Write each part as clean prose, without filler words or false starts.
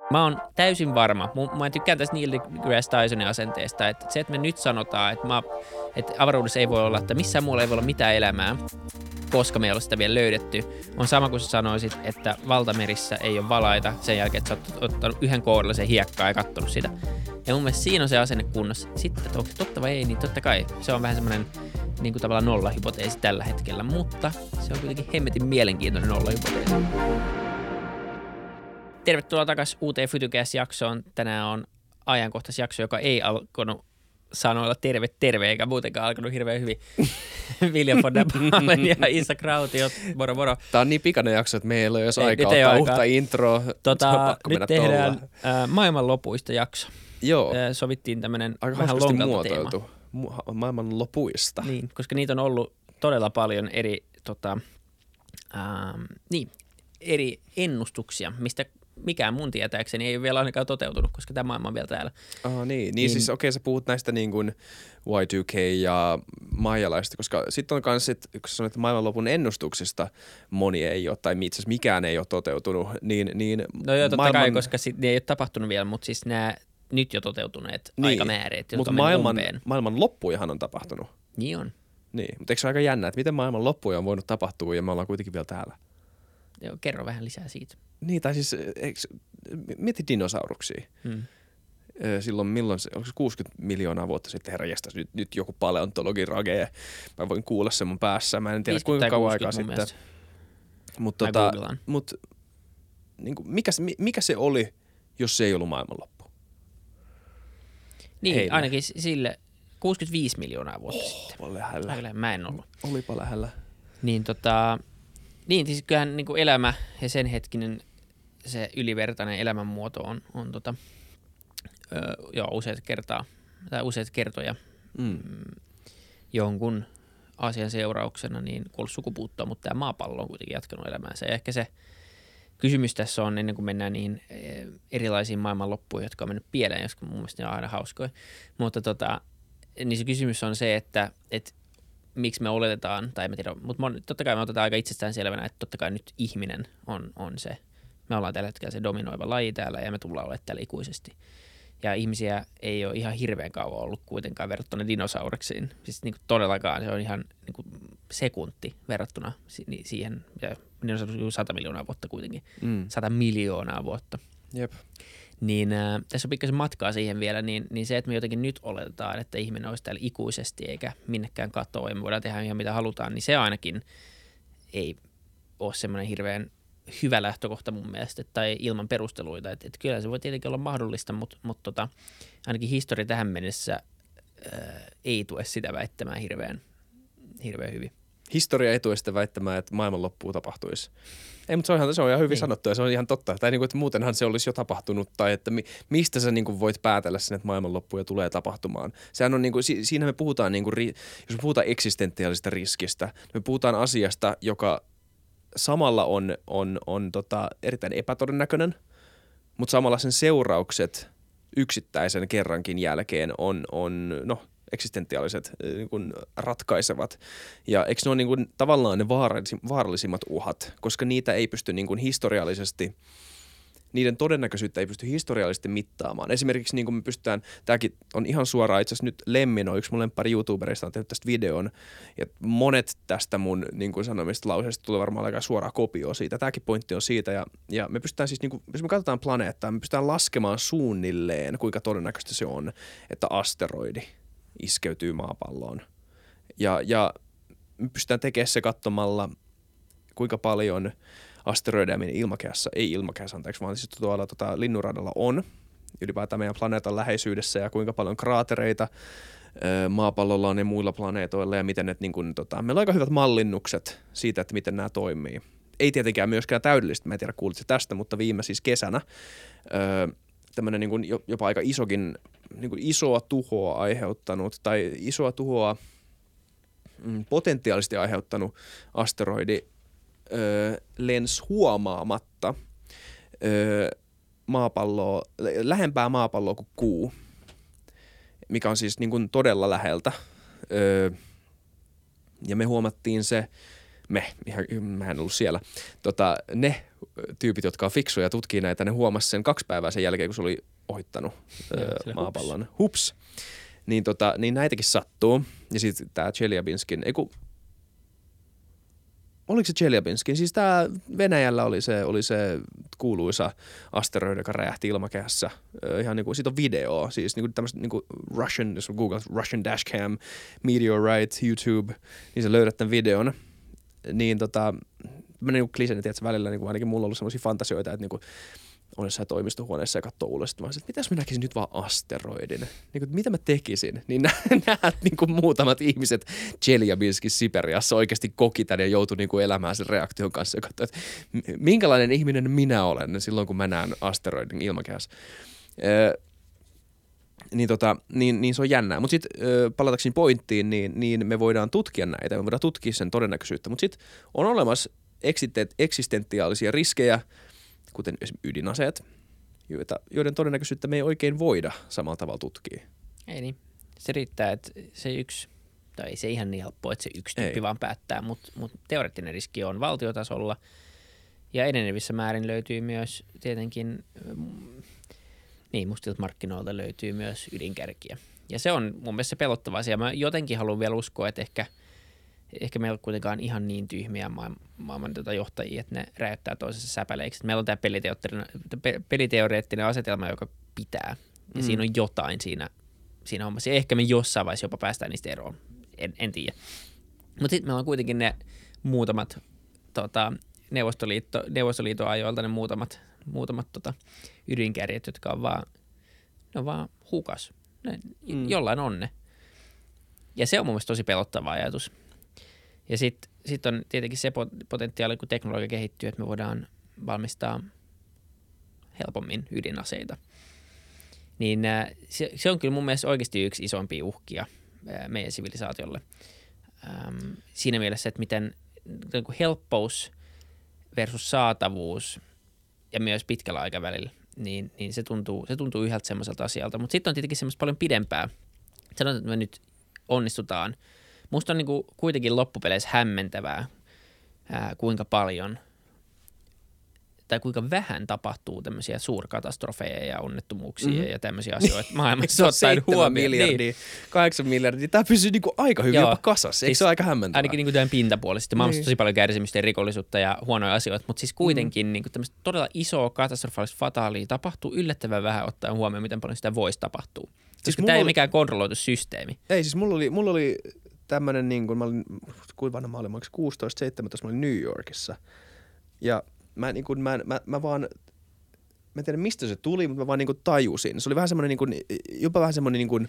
Mä oon täysin varma. Mä tykkään tästä Neil deGrasse Tysonin asenteesta, että se, että me nyt sanotaan, että avaruudessa ei voi olla, että missään muualla ei voi olla mitään elämää, koska me ei ole sitä vielä löydetty, on sama kuin sä sanoisit, että valtamerissä ei ole valaita sen jälkeen, että sä oot ottanut yhden kourallisen hiekkaa ja kattonut sitä. Ja mun mielestä siinä on se asenne kunnossa. Sitten, että onko totta vai ei, niin totta kai se on vähän semmoinen niin kuin tavallaan nollahypoteesi tällä hetkellä, mutta se on kuitenkin hemmetin mielenkiintoinen nollahypoteesi. Tervetuloa takaisin uuteen Fytycast-jaksoon. Tänään on ajankohtaisjakso, joka ei alkanut sanoilla terve, eikä muutenkaan alkanut hirveän hyvin. Vilja von der Balen ja Isa Krautiot, moro. Tää on niin pikainen jakso, että meillä ei ole edes aikaa ottaa uutta introa. Nyt tehdään maailmanlopuista jakso. Joo. Sovittiin tämmönen aika vähän lonkalta teema. Maailmanlopuista. Niin, koska niitä on ollut todella paljon eri, eri ennustuksia, mistä mikään mun tietääkseni ei ole vielä ainakaan toteutunut, koska tämä maailma on vielä täällä. Niin siis okei, sä puhut näistä niin kuin Y2K ja maijalaista, koska sitten on kans, kun sä sanoit maailmanlopun ennustuksista moni ei ole, tai itse asiassa mikään ei ole toteutunut, niin no joo, totta kai, koska ne ei ole tapahtunut vielä, mutta siis nämä nyt jo toteutuneet aikamääreet, jotka mutta maailman loppujahan on tapahtunut. Niin on. Niin, mutta eikö se aika jännä, että miten maailman loppuja on voinut tapahtua ja me ollaan kuitenkin vielä täällä? Joo, kerro vähän lisää siitä. Niin, tai siis, mieti dinosauruksia. Silloin milloin se, oliko se 60 miljoonaa vuotta sitten, herranjestas, nyt joku paleontologi ragee. Mä voin kuulla sen mun päässä, mä en tiedä kuinka kauan aikaa sitten. Mutta niin mikä se oli, jos se ei ollut maailmanloppu? Niin, heille. Ainakin sille 65 miljoonaa vuotta sitten. Lähellä. Mä en ollut. Olipa lähellä. Niin, siis kyllähän niin kuin elämä ja sen hetkinen se ylivertainen elämänmuoto on useita kertoja jonkun asian seurauksena niin kuollut sukupuuttoon, mutta tämä maapallo on kuitenkin jatkanut elämäänsä. Ja ehkä se kysymys tässä on, ennen kuin mennään niin erilaisiin maailmanloppuihin, jotka on mennyt pieleen, jotka mun mielestä on aina hauskoja, mutta niin se kysymys on se, että miksi me oletetaan, tai en tiedä, mutta totta kai me otetaan aika itsestäänselvänä, että totta kai nyt ihminen on se. Me ollaan tällä hetkellä se dominoiva laji täällä ja me tullaan olemaan täällä ikuisesti. Ja ihmisiä ei ole ihan hirveän kauan ollut kuitenkaan verrattuna dinosaureksiin. Siis niin kuin todellakaan se on ihan niin kuin sekunti verrattuna siihen, ja dinosaurus on 100 miljoonaa vuotta kuitenkin. 100 miljoonaa vuotta. Jep. Niin tässä on pikkasen matkaa siihen vielä, niin se, että me jotenkin nyt oletetaan, että ihminen olisi täällä ikuisesti eikä minnekään katoa ja me voidaan tehdä ihan mitä halutaan, niin se ainakin ei ole semmoinen hirveän hyvä lähtökohta mun mielestä, tai ilman perusteluita. Että kyllä se voi tietenkin olla mahdollista, mutta ainakin historia tähän mennessä ei tue sitä väittämään hirveän hyvin. Historia ei tue sitä väittämään, että maailmanloppu tapahtuisi. Ei, mutta se on ihan hyvin sanottu ja se on ihan totta. Tai niin kuin, että muutenhan se olisi jo tapahtunut tai että mistä sä niin kuin voit päätellä sen, että maailmanloppuja tulee tapahtumaan. Sehän on niin kuin, siinä me puhutaan, niin kuin, jos me puhutaan eksistentiaalisesta riskistä, me puhutaan asiasta, joka samalla on erittäin epätodennäköinen, mutta samalla sen seuraukset yksittäisen kerrankin jälkeen on eksistentiaaliset niin kuin ratkaisevat. Ja eikö ne ole niin kuin, tavallaan ne vaarallisimmat uhat, koska niitä ei pysty niin kuin historiallisesti, niiden todennäköisyyttä ei pysty historiallisesti mittaamaan. Esimerkiksi niin kuin me pystytään, tämäkin on ihan suoraan, itse asiassa nyt Lemmino, yksi mun lemppari YouTuberista on tehnyt tästä videon, ja monet tästä mun niin kuin sanomista lauseista tulee varmaan aika suoraa kopioa siitä. Tämäkin pointti on siitä, ja me pystytään siis, niin kuin, jos me katsotaan planeettaa, me pystytään laskemaan suunnilleen, kuinka todennäköistä se on, että asteroidi iskeytyy maapalloon. Ja me pystytään tekemään se katsomalla, kuinka paljon asteroideja meidän ilmakehässä, vaan siis tuolla linnunradalla on ylipäätään meidän planeetan läheisyydessä ja kuinka paljon kraatereita maapallolla on ja muilla planeetoilla ja miten meillä on aika hyvät mallinnukset siitä, että miten nämä toimii. Ei tietenkään myöskään täydellistä, mä en tiedä kuulitko tästä, mutta viime siis kesänä tämmöinen niin kuin jopa aika isokin niin kuin isoa tuhoa aiheuttanut tai isoa tuhoa potentiaalisesti aiheuttanut asteroidi lensi huomaamatta lähempää maapalloa kuin Kuu, mikä on siis niin kuin todella läheltä. Ja me huomattiin se, mä en ollut siellä, ne tyypit, jotka on fiksuja ja tutkii näitä, ne huomasi sen 2 päivää sen jälkeen, kun se oli ohittanut maapallon. Hups. Niin näitäkin sattuu. Ja sitten tämä Chelyabinskyn, oliko se Chelyabinskyn? Siis tämä Venäjällä oli se kuuluisa asteroidi, joka räjähti ilmakehässä. Ihan niinku, siitä on video, siis niinku tämmöistä niinku Russian, jos googlat Russian dashcam, meteorite, YouTube, niin sä löydät tämän videon. Niin mä niinku kliseen, tiedätkö, välillä niinku ainakin mulla on ollut semmoisia fantasioita, että niinku on jossain toimistohuoneessa ja katsoo ulos, että mitä jos mä näkisin nyt vaan asteroidin? Niin kuin, mitä mä tekisin? Niin näet niin kuin muutamat ihmiset Chelyabinskissa Siperiassa oikeasti koki tämän ja joutui niin kuin elämään sen reaktion kanssa ja katsoi, että minkälainen ihminen minä olen silloin, kun mä näen asteroidin ilmakehässä. Niin se on jännää. Mutta sitten palatakseni pointtiin, niin me voidaan tutkia näitä, me voidaan tutkia sen todennäköisyyttä, mutta sitten on olemassa eksistentiaalisia riskejä, kuten esimerkiksi ydinaseet, joiden todennäköisyyttä me ei oikein voida samalla tavalla tutkia. Ei niin. Se riittää, että se yksi, tai ei se ihan niin helppoa, että se yksi tyyppi vaan päättää, mutta teoreettinen riski on valtiotasolla. Ja enenevissä määrin löytyy myös tietenkin, mustilta markkinoilta löytyy myös ydinkärkiä. Ja se on mun mielestä se pelottava asia. Mä jotenkin haluan vielä uskoa, että ehkä meillä on kuitenkaan ihan niin tyhmiä maailman johtajia, että ne räjäyttää toisessa säpäleiksi. Meillä on tämä peliteoreettinen asetelma, joka pitää. Ja siinä on jotain siinä hommassa. Ja ehkä me jossain vaiheessa jopa päästään niistä eroon. En tiedä. Mutta sitten meillä on kuitenkin ne muutamat Neuvostoliiton ajoilta ne muutamat ydinkärjet, jotka on vaan hukas. Jollain on ne. Ja se on mun mielestä tosi pelottava ajatus. Ja sit on tietenkin se potentiaali, kun teknologia kehittyy, että me voidaan valmistaa helpommin ydinaseita. Niin se on kyllä mun mielestä oikeasti yksi isompia uhkia meidän sivilisaatiolle. Siinä mielessä, että miten helppous versus saatavuus ja myös pitkällä aikavälillä, niin se tuntuu yhdeltä semmoiselta asialta. Mutta sitten on tietenkin semmoista paljon pidempää. Sanotaan, että me nyt onnistutaan. Musta on niinku kuitenkin loppupeleissä hämmentävää, kuinka paljon tai kuinka vähän tapahtuu tämmöisiä suurkatastrofeja ja onnettomuuksia ja tämmöisiä asioita maailmassa. Se on 7 miljardia, 8 miljardia. Tämä pysyy niinku aika hyvin jopa kasassa. Eikö se ole aika hämmentävää? Ainakin niinku tämän pintapuolisesti. Maailmassa on tosi paljon kärsimystä ja rikollisuutta ja huonoja asioita, mutta siis kuitenkin niinku tämmöistä todella isoa katastrofaalista fataalia tapahtuu yllättävän vähän ottaen huomioon, miten paljon sitä voisi tapahtua. Siis tämä ei ole mikään kontrolloitu systeemi. Ei, siis mulla oli tämmöinen, niin kuin kuinka vanha mä olin, 16-17, mä olin New Yorkissa. Ja mä en tiedä mistä se tuli, mutta mä vaan niin kuin tajusin. Se oli vähän semmoinen, niin kuin, jopa vähän semmoinen niin kuin,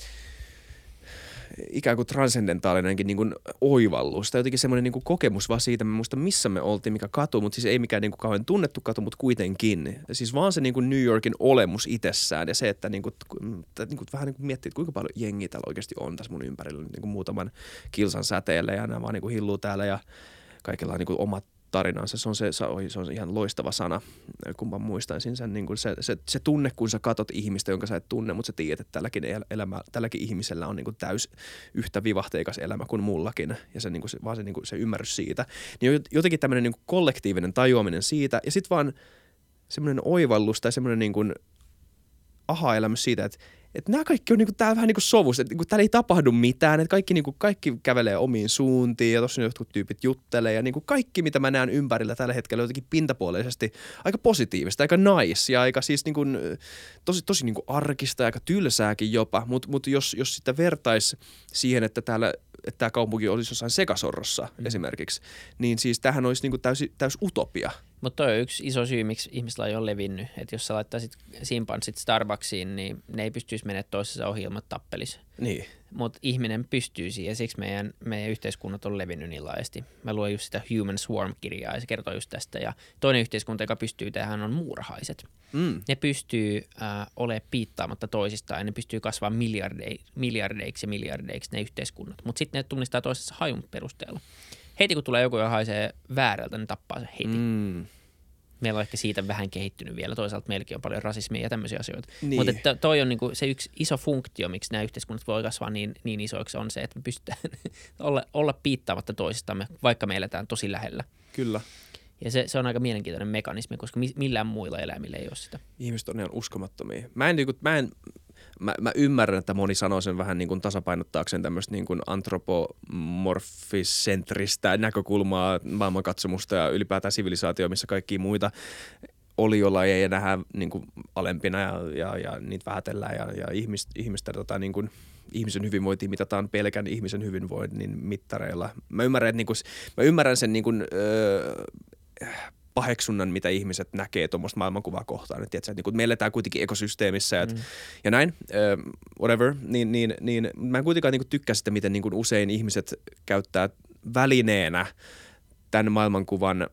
ikään kuin transcendentaalinenkin niin kuin oivallus. Tai jotenkin semmoinen niin kuin kokemus vaan siitä, mä muistan missä me oltiin, mikä katu, mutta siis ei mikään niin kuin kauhean tunnettu katu, mutta kuitenkin. Siis vaan se niin kuin New Yorkin olemus itsessään ja se, että niin kuin vähän niin kuin miettii, että kuinka paljon jengiä täällä oikeasti on tässä mun ympärillä niin kuin muutaman kilsan säteellä ja nämä vaan niin kuin hilluu täällä ja kaikilla on niin kuin omat tarinansa. Se on ihan loistava sana, kun mä muistaisin sen, niin kuin se tunne, kun sä katot ihmistä, jonka sä et tunne, mutta sä tiedät, että tälläkin ihmisellä on niin kuin täys yhtä vivahteikas elämä kuin mullakin, ja se, niin kuin se ymmärrys siitä. Niin jotenkin tämmöinen niin kuin kollektiivinen tajuaminen siitä, ja sitten vaan semmoinen oivallus tai semmoinen niin kuin aha-elämys siitä, että nämä kaikki on niinku täällä vähän niinku sovussa, että niinku täällä ei tapahdu mitään, että kaikki kävelee omiin suuntiin ja tossa jotkut tyypit juttelee ja niinku kaikki mitä mä näen ympärillä tällä hetkellä on jotenkin pintapuolisesti aika positiivista, aika nice ja aika siis niinku tosi niinku arkista ja aika tylsääkin jopa, mutta jos sitä vertaisi siihen, että tämä kaupunki olisi jossain sekasorrossa esimerkiksi, niin siis tämähän olisi niinku täys utopia. Mutta toi on yksi iso syy, miksi ihmislaji on levinnyt. Että jos sä laittaisit simpanssit Starbucksiin, niin ne ei pystyisi menemään toisessa ohi ilman tappelisi. Niin. Mutta ihminen pystyy siihen ja siksi meidän yhteiskunnat on levinnyt niin laajasti. Mä luen just sitä Human Swarm-kirjaa ja se kertoo just tästä. Ja toinen yhteiskunta, joka pystyy tähän, on muurahaiset. Ne pystyy olemaan piittaamatta toisistaan ja ne pystyy kasvamaan miljardeiksi ne yhteiskunnat. Mutta sitten ne tunnistaa toisessa hajun perusteella. Heti kun tulee joku, joka haisee väärältä, niin tappaa se heti. Meillä on ehkä siitä vähän kehittynyt vielä. Toisaalta meilläkin on paljon rasismia ja tämmöisiä asioita. Niin. Mutta toi on niinku se yksi iso funktio, miksi nämä yhteiskunnat voi kasvaa niin isoiksi, on se, että me pystytään olla piittaamatta toisistamme, vaikka me eletään tosi lähellä. Kyllä. Ja se on aika mielenkiintoinen mekanismi, koska millään muilla eläimillä ei ole sitä. Ihmiset on ihan uskomattomia. Mä ymmärrän, että moni sanoo sen vähän niin kuin tasapainottaakseen tämmöistä niin kuin antropomorfisentristä näkökulmaa, maailmankatsomusta ja ylipäätään sivilisaatio, missä kaikkia muita oliolajeja nähdään niin kuin alempina ja niitä vähätellään ja niin kuin ihmisen hyvinvointia mitataan pelkän ihmisen hyvinvoinnin mittareilla. Mä ymmärrän sen niin kuin, paheksunnan, mitä ihmiset näkee tuommoista maailmankuvaa kohtaan. Että niin kun me eletään kuitenkin ekosysteemissä ja näin, whatever, niin mä en kuitenkaan niin tykkää sitä, miten niin usein ihmiset käyttää välineenä tämän maailmankuvan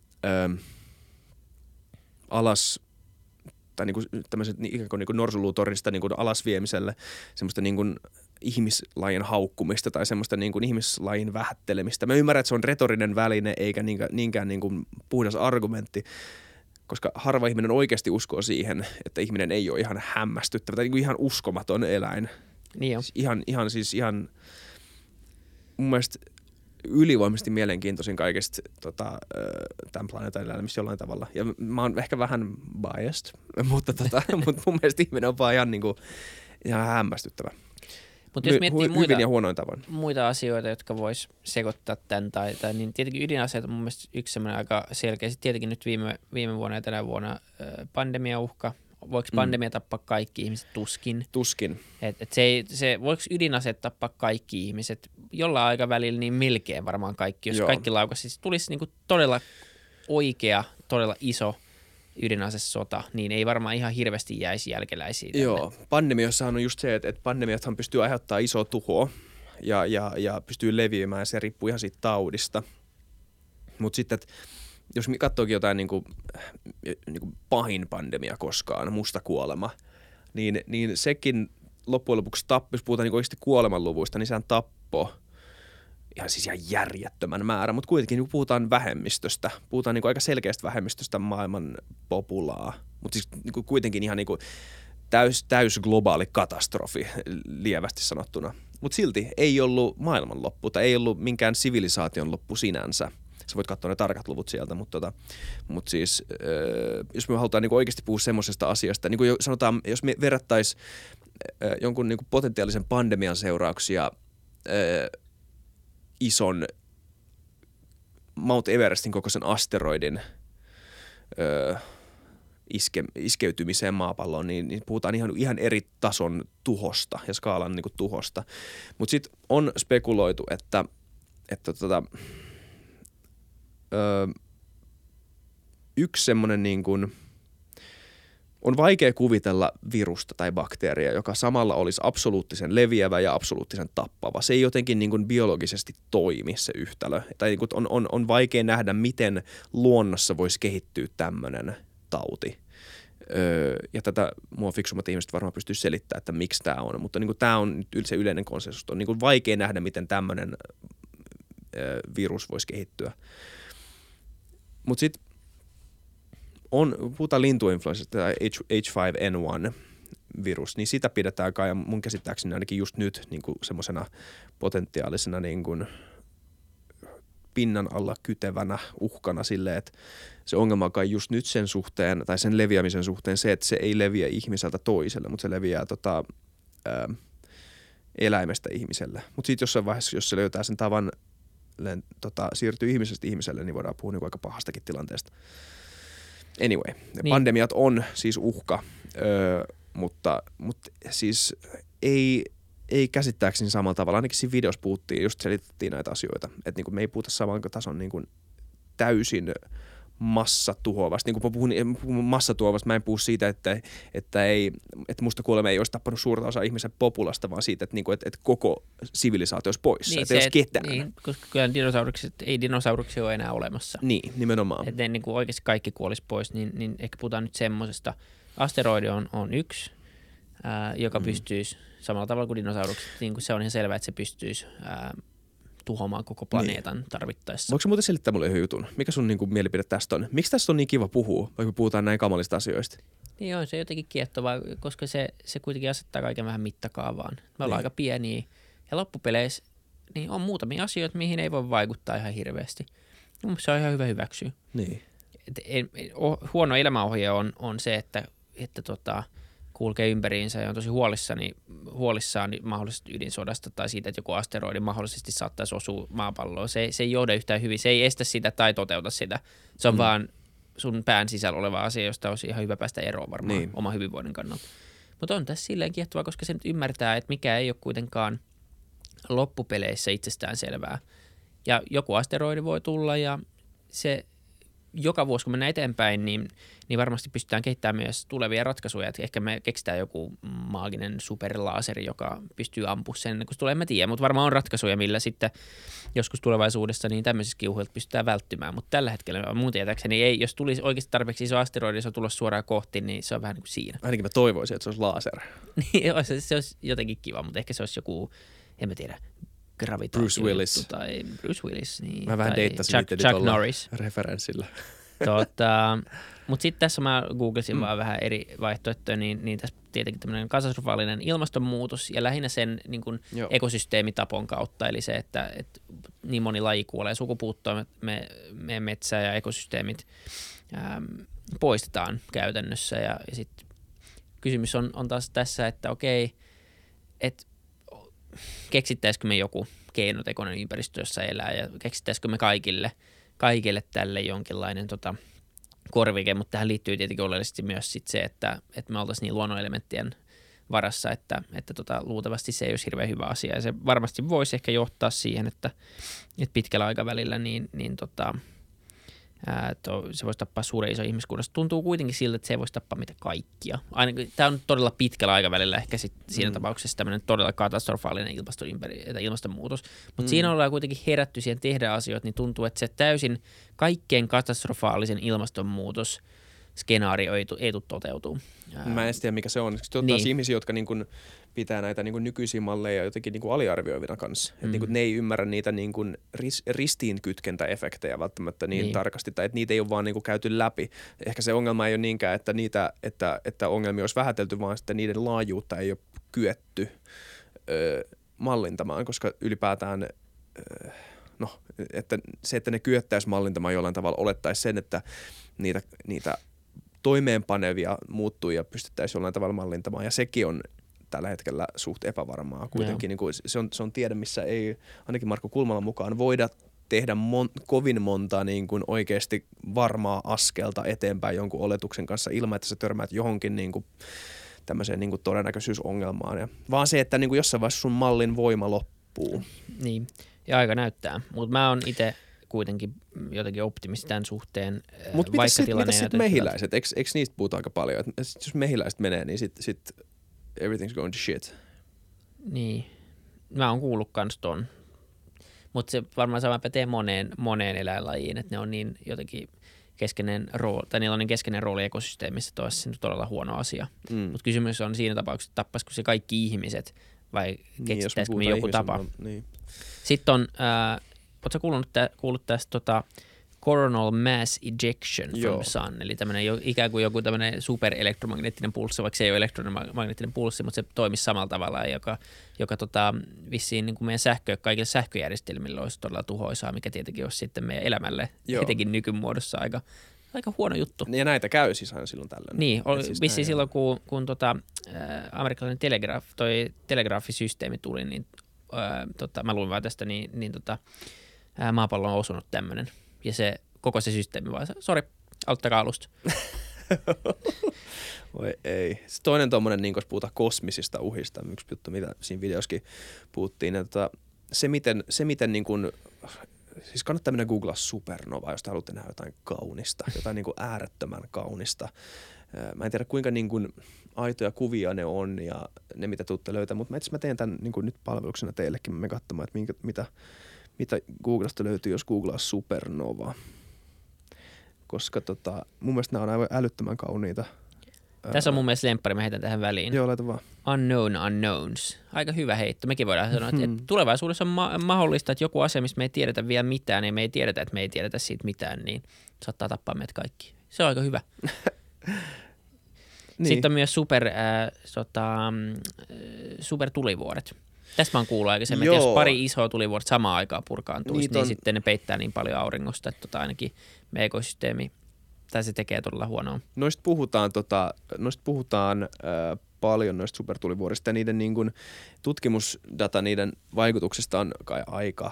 alas tai niin kuin tämmöiset ikään kuin norsulutornista niin kuin alasviemiselle semmoista niin kuin ihmislajin haukkumista tai semmoista niin kuin ihmislajin vähättelemistä. Mä ymmärrän, että se on retorinen väline eikä niinkään niin kuin puhdas argumentti, koska harva ihminen oikeasti uskoo siihen, että ihminen ei ole ihan hämmästyttävä tai niin kuin ihan uskomaton eläin. Niin Ihan mun mielestä ylivoimaisesti mielenkiintoisin kaikista tämän planeetan elämistä jollain tavalla. Ja mä oon ehkä vähän biased, mutta mun mielestä ihminen on vaan ihan hämmästyttävä. Mutta jos miettii hyvin ja huonoin tavoin. Muita asioita, jotka vois sekoittaa tämän, niin tietenkin ydinaseet on mun mielestä yksi semmoinen aika selkeä. Sitten tietenkin nyt viime vuonna ja tänä vuonna pandemiauhka. Voiko pandemia tappaa kaikki ihmiset? Tuskin. Tuskin. Voiko ydinaseet tappaa kaikki ihmiset? Jollain aikavälillä niin melkein varmaan kaikki, jos kaikki laukaisi. Siis tulisi niinku todella oikea, todella iso ydinasesota, niin ei varmaan ihan hirveästi jäisi jälkeläisiä tänne. Joo, pandemiassahan on just se, että pandemiathan pystyy aiheuttamaan isoa tuhoa ja pystyy leviämään ja se riippuu ihan siitä taudista. Mutta sitten, jos katsookin jotain niin kuin pahin pandemia koskaan, musta kuolema, niin sekin loppujen lopuksi jos puhutaan niin oikeasti kuolemanluvuista, niin sehän tappoi ihan järjettömän määrä, mutta kuitenkin niin puhutaan vähemmistöstä. Puhutaan niin aika selkeästä vähemmistöstä maailman populaa, mutta siis niin kuitenkin ihan niin täys globaali katastrofi lievästi sanottuna. Mutta silti ei ollut maailmanloppu tai ei ollut minkään sivilisaation loppu sinänsä. Sä voit katsoa ne tarkat luvut sieltä, mutta siis jos me halutaan niin oikeasti puhua semmoisesta asiasta, niin kuin sanotaan, jos me verrattaisiin jonkun niin potentiaalisen pandemian seurauksia ison Mount Everestin kokoisen asteroidin iskeytymiseen maapalloon, niin puhutaan ihan eri tason tuhosta ja skaalan niin kuin tuhosta. Mutta sitten on spekuloitu, että yksi semmoinen niin kuin on vaikea kuvitella virusta tai bakteeria, joka samalla olisi absoluuttisen leviävä ja absoluuttisen tappava. Se ei jotenkin niin kuin biologisesti toimi se yhtälö. Tai niin kuin on vaikea nähdä, miten luonnossa voisi kehittyä tämmöinen tauti. Ja tätä mua fiksummat ihmiset varmaan pystyy selittämään, että miksi tämä on. Mutta niin kuin tämä on se yleinen konsensus. On niin kuin vaikea nähdä, miten tämmöinen virus voisi kehittyä. Mutta sitten puhutaan lintuinfluenssasta tai H5N1-virus, niin sitä pidetään kai mun käsittääkseni ainakin just nyt niin kuin semmoisena potentiaalisena niin kuin pinnan alla kytevänä uhkana silleen, että se ongelma on kai just nyt sen suhteen tai sen leviämisen suhteen se, että se ei leviä ihmiseltä toiselle, mutta se leviää eläimestä ihmiselle. Mutta sitten jossain vaiheessa, jos se löytää sen tavan siirtyy ihmisestä ihmiselle, niin voidaan puhua niin aika pahastakin tilanteesta. Anyway, niin. Pandemiat on siis uhka, mutta siis ei käsittääkseni samalla tavalla. Ainakin siinä videossa puhuttiin, just selitettiin näitä asioita, että niin me ei puhuta saman tason niin kuin täysin massatuhoavasta. Niin kuin mä puhun massatuhoavasta, mä en puhu siitä, että musta kuolema ei olisi tappanut suurta osaa ihmisen populasta, vaan siitä, että koko sivilisaatio olisi poissa, niin että ei olisi ketään. Niin, koska kyllä dinosauruksia ole enää olemassa. Niin, nimenomaan. Että niin kuin oikeasti kaikki kuolisi pois, niin ehkä puhutaan nyt semmoisesta. Asteroidi on yksi, joka pystyisi samalla tavalla kuin dinosaurukset, niin kuin se on ihan selvää, että se pystyisi tuhoamaan koko planeetan tarvittaessa. Voitko muuten selittää mulle yhden jutun? Mikä sun niin kuin mielipide tästä on? Miksi tästä on niin kiva puhua, vaikka me puhutaan näin kamalista asioista? Niin on, se on jotenkin kiehtovaa, koska se kuitenkin asettaa kaiken vähän mittakaavaan. Me ollaan aika pieniä ja loppupeleissä niin on muutamia asioita, mihin ei voi vaikuttaa ihan hirveästi. Se on ihan hyvä hyväksyä. Niin. Huono elämäohje on se, että kulkee ympäriinsä ja on tosi huolissaan mahdollisesta ydinsodasta tai siitä, että joku asteroidi mahdollisesti saattaisi osua maapalloon. Se ei johda yhtään hyvin. Se ei estä sitä tai toteuta sitä. Se on vaan sun pään sisällä oleva asia, josta olisi ihan hyvä päästä eroon varmaan oman hyvinvoinnin kannalta. Mutta on tässä silleen kiehtovaa, koska se nyt ymmärtää, että mikä ei ole kuitenkaan loppupeleissä itsestään selvää. Ja joku asteroidi voi tulla ja se joka vuosi, kun mennään eteenpäin, niin varmasti pystytään kehittämään myös tulevia ratkaisuja. Et ehkä me keksitään joku maaginen superlaaseri, joka pystyy ampumaan sen, kun se tulee, en tiedä. Mutta varmaan on ratkaisuja, millä sitten joskus tulevaisuudessa niin tämmöisistä kiuhuilta pystytään välttymään. Mutta tällä hetkellä mun tietääkseni ei, jos tulisi oikeasti tarpeeksi iso asteroidi, se on tulossa suoraan kohti, niin se on vähän niin kuin siinä. Ainakin mä toivoisin, että se olisi laser. Niin, se olisi jotenkin kiva, mutta ehkä se olisi joku, en mä tiedä, Bruce Willis. Tai Bruce Willis. Niin, mä vähän deittasin Chuck Norris. Referenssillä. Mutta sitten tässä mä googlesin vaan vähän eri vaihtoehtoja, niin tässä tietenkin tämmöinen katastrofaalinen ilmastonmuutos ja lähinnä sen niin kun ekosysteemitapon kautta, eli se, että niin moni laji kuolee sukupuuttoon, meidän metsä ja ekosysteemit poistetaan käytännössä ja sitten kysymys on taas tässä, että okei, että keksittäisikö me joku keinotekoinen ympäristö, jossa elää ja keksittäisikö me kaikille tälle jonkinlainen korvike, mutta tähän liittyy tietenkin oleellisesti myös sit se, että me oltaisiin niin luonnonelementtien varassa, että luultavasti se ei olisi hirveän hyvä asia ja se varmasti voisi ehkä johtaa siihen, että pitkällä aikavälillä se voisi tappaa suuren iso ihmiskunnasta. Tuntuu kuitenkin siltä, että se ei voisi tappaa mitä kaikkia. Ainakin tämä on todella pitkällä aikavälillä ehkä siinä tapauksessa tämmöinen todella katastrofaalinen ilmastonmuutos. Mutta siinä ollaan kuitenkin herätty siihen tehdä asioita, niin tuntuu, että se täysin kaikkein katastrofaalisen ilmastonmuutos skenaario ei tule toteutuu. Mä en tiedä, mikä se on. Sitten on taas ihmisiä, jotka niin kuin pitää näitä niin kuin nykyisiä malleja jotenkin niin kuin aliarvioivina kanssa. Että niin kuin ne ei ymmärrä niitä niin kuin ristiinkytkentäefektejä välttämättä niin tarkasti, tai että niitä ei ole vaan niin kuin käyty läpi. Ehkä se ongelma ei ole niinkään, että ongelmia olisi vähätelty, vaan että niiden laajuutta ei ole kyetty mallintamaan, koska ylipäätään että ne kyettäisiin mallintamaan jollain tavalla olettaisi sen, että niitä toimeenpanevia muuttujia pystyttäisiin jollain tavalla mallintamaan, ja sekin on tällä hetkellä suht epävarmaa. Kuitenkin niin kuin se on tiede, missä ei ainakin Markku Kulmalan mukaan voida tehdä kovin monta niin kuin oikeasti varmaa askelta eteenpäin jonkun oletuksen kanssa ilman, että sä törmäät johonkin niin kuin tämmöiseen niin kuin todennäköisyysongelmaan. Vaan se, että niin kuin jossain vaiheessa sun mallin voima loppuu. Niin, ja aika näyttää. Mutta mä oon itse kuitenkin jotenkin optimisti tämän suhteen. Mutta mitä sitten mehiläiset? Eikö niistä puhuta aika paljon? Et jos mehiläiset menee, niin sit everything's going to shit. Niin. Mä oon kuullut kans ton. Mutta se varmaan sama pätee moneen eläinlajiin, että ne on niin jotenkin keskeinen rooli, tai niillä on niin keskeinen rooli ekosysteemissä, että olisi todella huono asia. Mutta kysymys on siinä tapauksessa, että tappaisiko se kaikki ihmiset vai keksittäisikö me joku tapa. Niin. Sitten on, ootko kuullut tästä coronal mass ejection from sun, eli tämmöinen ikään kuin joku tämmöinen superelektromagneettinen pulssi, vaikka se ei ole elektromagneettinen pulssi, mutta se toimisi samalla tavalla, joka vissiin niin kuin meidän kaikille sähköjärjestelmille olisi todella tuhoisaa, mikä tietenkin olisi sitten meidän elämälle etenkin nykymuodossa aika huono juttu. Ja näitä käy siis aina silloin tällöin. Niin, siis vissiin silloin kun amerikkalainen telegraafisysteemi tuli, niin mä luin vaan tästä, niin maapallo on osunut tämmöinen. Ja koko se systeemi vaan, sori, auttakaa alusta. Voi ei. Sitten toinen tommonen, niin kun puhutaan kosmisista uhista, yksi juttu, mitä siinä videossakin puhuttiin, että se miten niin kun, siis kannattaa mennä googlaa supernova, jos te haluatte nähdä jotain kaunista, jotain niin kuin äärettömän kaunista. Mä en tiedä kuinka niin kuin aitoja kuvia ne on ja ne mitä tuutte löytää, mutta mä teen tämän niin kuin nyt palveluksena teillekin. Mä menen katsomaan, että mitä Googlesta löytyy, jos googlaa supernova. Koska mun mielestä nämä on aivan älyttömän kauniita. Tässä on mun mielestä lemppari, mä heitän tähän väliin. Joo, laita vaan. Unknown unknowns. Aika hyvä heitto. Mekin voidaan sanoa, että tulevaisuudessa on mahdollista, että joku asia, mistä me ei tiedetä vielä mitään, ja me ei tiedetä, että me ei tiedetä siitä mitään, niin saattaa tappaa meidät kaikki. Se on aika hyvä. Niin. Sitten on myös supertulivuoret. Tästä mä oon kuullut aikaisemmin, että jos pari isoa tulivuorta samaan aikaan purkaantuisi, niin sitten ne peittää niin paljon auringosta, että ainakin meidän ekosysteemi, tai se tekee todella huonoa. Noista puhutaan paljon noista supertulivuorista, ja niiden niin kuin tutkimusdata niiden vaikutuksista on kai aika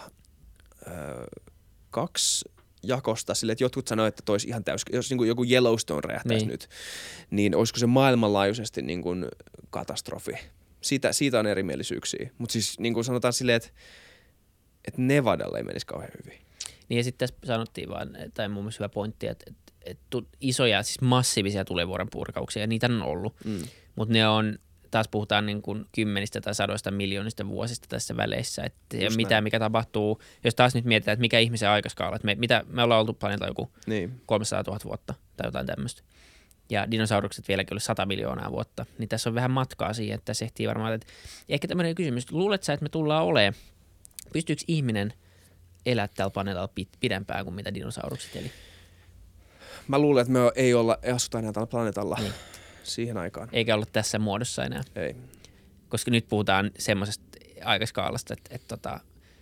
kaksi jakosta sille, että jotkut sanoo, että toisi ihan täysin, jos niin kuin joku Yellowstone räjähtäisi nyt, niin olisiko se maailmanlaajuisesti niin kuin katastrofi. Siitä on erimielisyyksiä, mutta siis niin kuin sanotaan silleen, että Nevadalle ei menisi kauhean hyvin. Niin ja sitten tässä sanottiin vaan, tai mun mielestä hyvä pointti, että isoja, siis massiivisia tulivuoren purkauksia, ja niitä on ollut, mutta ne on, taas puhutaan niin kuin 10 tai 100 miljoonista vuosista tässä väleissä, että mikä tapahtuu, jos taas nyt mietitään, että mikä ihmisen aikaskaala, että me ollaan oltu planeetalla joku 300 000 vuotta tai jotain tämmöistä, ja dinosaurukset vieläkin oli 100 miljoonaa vuotta, niin tässä on vähän matkaa siihen, että se ehtii varmaan, että ehkä tämmöinen kysymys, luuletko sä, että me tullaan olemaan, pystyykö ihminen elää tällä planeetalla pidempään kuin mitä dinosaurukset eli? Mä luulen, että me ei asuta enää tällä planeetalla siihen aikaan. Eikä olla tässä muodossa enää. Ei. Koska nyt puhutaan semmoisesta aikaskaalasta, että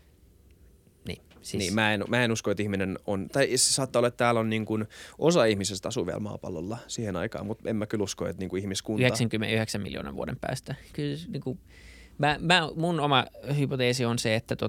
niin. Siis. Niin, mä en usko, että ihminen on, tai se saattaa olla, että täällä on niin kuin, osa ihmisestä asuu vielä maapallolla siihen aikaan, mutta en mä kyllä usko, että niin kuin ihmiskunta. 99 miljoonan vuoden päästä. Kyllä niin kuin, mun oma hypoteesi on se, että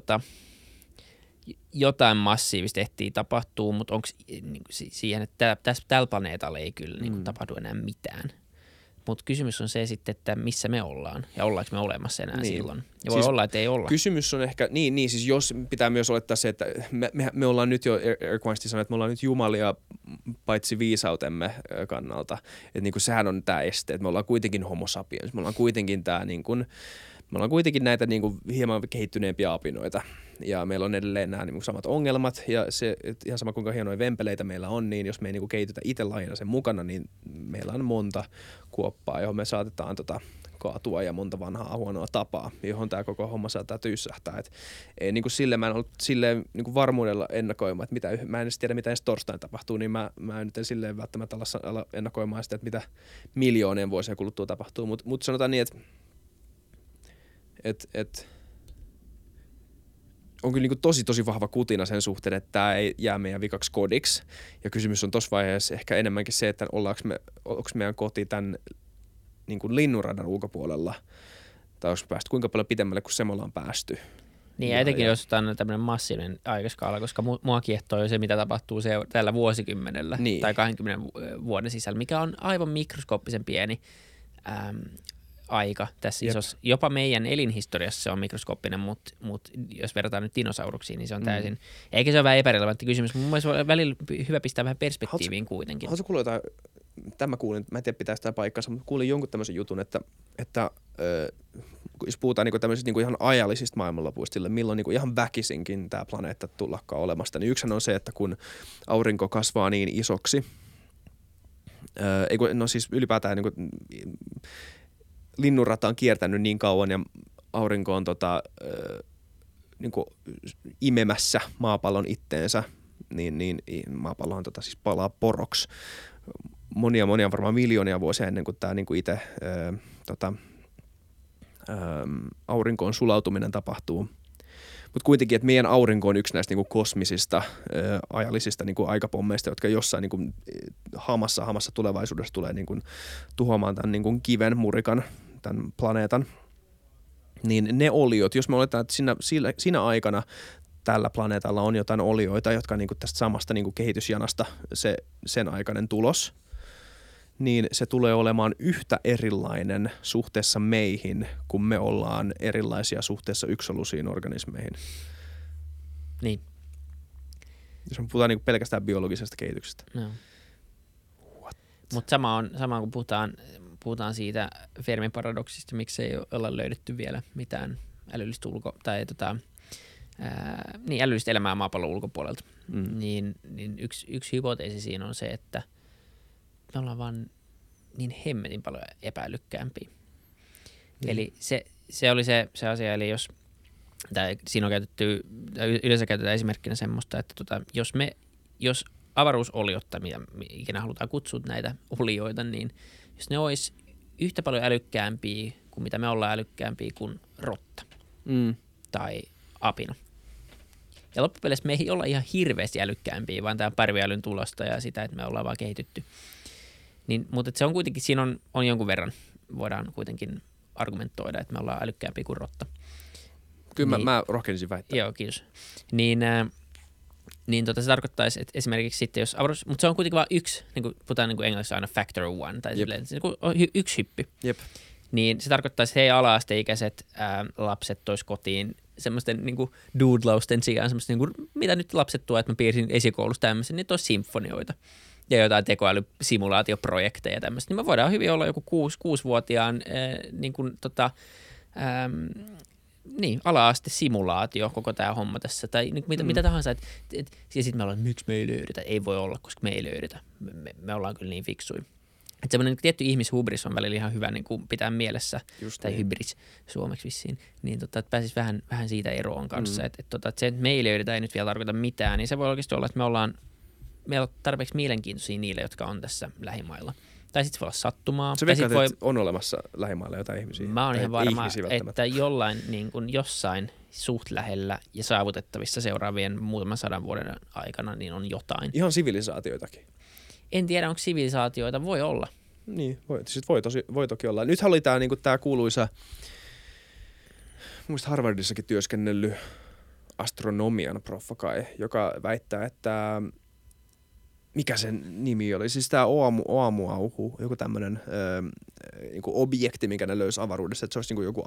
jotain massiivista ehtii tapahtuu, mutta onko niin siihen, että tällä planeetalla ei kyllä niin tapahdu enää mitään. Mutta kysymys on se sitten, että missä me ollaan ja ollaanko me olemassa enää silloin. Ja voi olla, että ei olla. Kysymys on ehkä, siis jos pitää myös olettaa se, että me ollaan nyt jo, Eric Weinstein sanoi, että me ollaan nyt jumalia paitsi viisautemme kannalta. Että niin kuin sehän on tämä este, että me ollaan kuitenkin homo sapiens, me ollaan kuitenkin tämä niin kuin, me ollaan kuitenkin näitä niin kuin hieman kehittyneempiä apinoita ja meillä on edelleen nämä niin kuin samat ongelmat ja se, ihan sama kuinka hienoja vempeleitä meillä on, niin jos me ei niin kuin kehitytä itse lajina sen mukana, niin meillä on monta kuoppaa, johon me saatetaan kaatua ja monta vanhaa huonoa tapaa, johon tämä koko homma saattaa tyssähtää. Et ei niin kuin sille mä en ollut silleen niin kuin varmuudella ennakoimaan, että mä en edes tiedä, mitä edes torstaina tapahtuu, niin mä en nyt silleen välttämättä ala ennakoimaan sitä, että mitä miljoonien vuosien kuluttua tapahtuu, mutta sanotaan niin, että on kyllä niin kuin tosi vahva kutina sen suhteen, että tämä ei jää meidän vikaksi kodiksi. Ja kysymys on tuossa vaiheessa ehkä enemmänkin se, että onko meidän koti tämän niin kuin linnunradan ulkopuolella, tai onko päästy kuinka paljon pidemmälle kuin se me ollaan päästy. Niin ja etenkin jos on tämmöinen massiivinen aikaskaala, koska mua kiehtoo jo se, mitä tapahtuu tällä vuosikymmenellä tai 20 vuoden sisällä, mikä on aivan mikroskooppisen pieni aika tässä isossa. Jopa meidän elinhistoriassa se on mikroskooppinen, mutta jos verrataan nyt dinosauruksiin, niin se on täysin. Eikä se ole vähän epärelevantti kysymys, mutta mun mielestä on välillä hyvä pistää vähän perspektiiviin kuitenkin. Haluatko kuulla jotain, tämä kuulin, mä en tiedä pitää sitä paikkansa, mutta kuulin jonkun tämmöisen jutun, että jos puhutaan niinku tämmöisistä niinku ihan ajallisista maailmanlopuista, sille milloin niinku ihan väkisinkin tämä planeetta tullakaan olemasta, niin yksihän on se, että kun aurinko kasvaa niin isoksi, siis ylipäätään niinku, linnunrata on kiertänyt niin kauan ja aurinko on niinku imemässä maapallon itteensä, niin maapallohan siis palaa poroksi monia varmaan miljoonia vuosia ennen kuin tämä niinku itse aurinkoon sulautuminen tapahtuu. Mutta kuitenkin, että meidän aurinko on yksi näistä niinku kosmisista ajallisista niinku aikapommeista, jotka jossain niinku hamassa tulevaisuudessa tulee niinku tuhoamaan tämän niinku kiven, murikan, tämän planeetan. Niin ne oliot, jos me oletaan, että siinä aikana tällä planeetalla on jotain olioita, jotka niinku tästä samasta niinku kehitysjanasta sen aikainen tulos, niin se tulee olemaan yhtä erilainen suhteessa meihin, kun me ollaan erilaisia suhteessa yksisoluisiin organismeihin. Niin. Jos me puhutaan niin pelkästään biologisesta kehityksestä. No. Mutta sama kun puhutaan siitä Fermin paradoksista, miksi ei olla löydetty vielä mitään älyllistä älyllistä elämää maapallon ulkopuolelta. Niin yksi hypoteesi siinä on se, että me ollaan vaan niin hemmetin paljon epäilykkäämpiä. Eli se oli se asia, eli siinä on yleensä käytetään esimerkkinä semmoista, että jos avaruusoliot, tai mitä ikinä halutaan kutsua näitä olioita, niin jos ne olisi yhtä paljon älykkäämpiä kuin mitä me ollaan älykkäämpiä kuin rotta, tai apina. Ja loppupeleissä me ei olla ihan hirveästi älykkäämpiä, vaan tämä parviälyn tulosta ja sitä, että me ollaan vaan kehitytty. Niin, mutta se on kuitenkin, siinä on jonkun verran, voidaan kuitenkin argumentoida, että me ollaan älykkäämpiä kuin rotta. Kyllä mä rohkenisin väittää. Joo, kiitos. Se tarkoittaisi, että esimerkiksi sitten jos avaruus, mutta se on kuitenkin vain yksi, niin kuin puhutaan niin kuin englanniksi aina factor of one, tai silleen, se on yksi hyppy. Jep. Niin se tarkoittaisi, että hei ala-asteikäiset lapset tois kotiin semmoisten niin kuin doodlausten sijaan, semmoista, niin kuin, mitä nyt lapset tuo, että mä piirsin esikoulussa tämmöisen, niin tois sinfonioita ja jotain tekoälysimulaatioprojekteja ja tämmöistä. Niin me voidaan hyvin olla joku 6-vuotiaan niin kuin, ala-aste-simulaatio koko tämä homma tässä, tai mitä tahansa, ja sitten me ollaan, että miksi me ei löydetä, ei voi olla, koska me ei löydetä, me ollaan kyllä niin fiksuja. Että semmoinen tietty ihmishubris on välillä ihan hyvä niin kuin pitää mielessä, just tai hybris suomeksi vissiin, niin että pääsisi vähän siitä eroon kanssa, että se, että me ei löydetä, ei nyt vielä tarkoita mitään, niin se voi oikeasti olla, että meillä on tarpeeksi mielenkiintoisia niille, jotka on tässä lähimailla. Tai sitten se voi olla sattumaa. Se veikkaat, että on olemassa lähimailla jotain ihmisiä. Mä oon ihan varma, että niin kuin jossain suht lähellä ja saavutettavissa seuraavien muutaman 100 vuoden aikana niin on jotain. Ihan sivilisaatioitakin. En tiedä, onko sivilisaatioita. Voi olla. Niin, voi toki olla. Nythän oli tämä niinku, kuuluisa, muista Harvardissakin työskennellyt astronomian proffa kai, joka väittää, että mikä sen nimi oli? Siis tämä Oumuamua, joku tämmöinen niinku objekti, mikä ne löysi avaruudessa, että se olisi niinku joku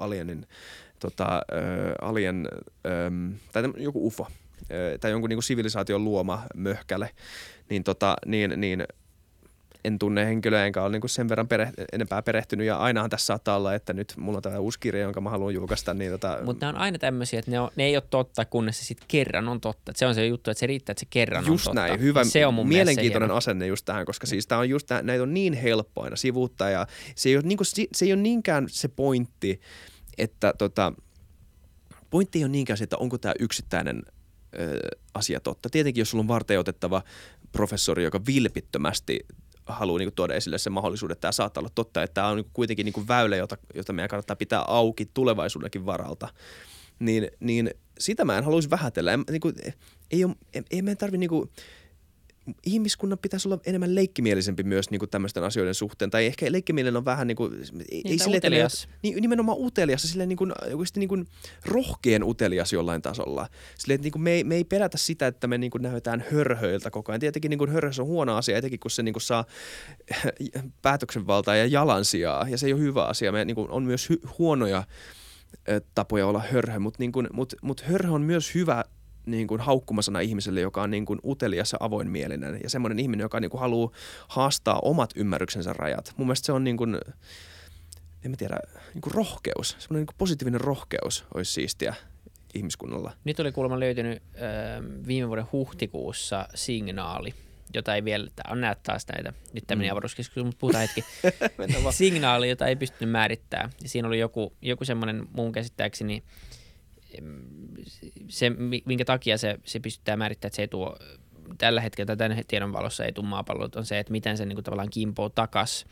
tai joku UFO, tai jonkun niinku sivilisaation luoma möhkäle, niin en tunne henkilöä, enkä ole niinku sen verran enempää perehtynyt, ja ainahan tässä saattaa olla, että nyt mulla on tämä uusi kirja, jonka mä haluan julkaista. Niin Mutta nämä on aina tämmöisiä, että ne ei ole totta, kunnes se sitten kerran on totta. Et se on se juttu, että se riittää, että se kerran on totta. Just näin, hyvä, se on mun mielenkiintoinen asenne just tähän, koska siis tää on just, näitä on niin helppo aina sivuuttaa, ja se ei ole niinkään se pointti, että pointti ei ole niinkään se, että onko tämä yksittäinen asia totta. Tietenkin, jos sulla on varteenotettava professori, joka vilpittömästi haluaa niin kuin tuoda esille sen mahdollisuuden, että tämä saattaa olla totta, että tämä on niin kuin kuitenkin niin kuin väylä, jota meidän kannattaa pitää auki tulevaisuudenkin varalta, niin sitä mä en haluaisi vähätellä. Ei meidän tarvitse niin ihmiskunnan pitäisi olla enemmän leikkimielisempi myös niin kuin tämmöisten asioiden suhteen. Tai ehkä leikkimielinen on vähän niin kuin utelias. Nimenomaan utelias ja silleen niin kuin rohkeen utelias jollain tasolla. Silleen, että niin kuin me ei pelätä sitä, että me niin kuin näytään hörhöiltä koko ajan. Tietenkin niin kuin hörhöys on huono asia, etenkin kun se niin kuin saa päätöksenvaltaa ja jalansijaa. Ja se ei ole hyvä asia. Me niin kuin on myös huonoja tapoja olla hörhö, mutta hörhö on myös hyvä niin kuin haukkumasana ihmiselle, joka on niin kuin utelias ja avoinmielinen ja semmoinen ihminen, joka niin kuin haluaa haastaa omat ymmärryksensä rajat. Mun mielestä se on niin kuin, en mä tiedä, niin kuin rohkeus, semmoinen niin kuin positiivinen rohkeus olisi siistiä ihmiskunnalla. Nyt oli kuulemma löytynyt viime vuoden huhtikuussa signaali, jota ei vielä, tämä on näet taas näitä, nyt tämmöinen avaruuskeskustelu, mutta puhutaan hetki, signaali, jota ei pystynyt määrittämään. Ja siinä oli joku semmoinen mun käsittääkseni, se, minkä takia se pystytään määrittämään, että se ei tuo tällä hetkellä, tämän tiedon valossa ei tule maapallolta, on se, että miten se niin kuin tavallaan kimpoo takas.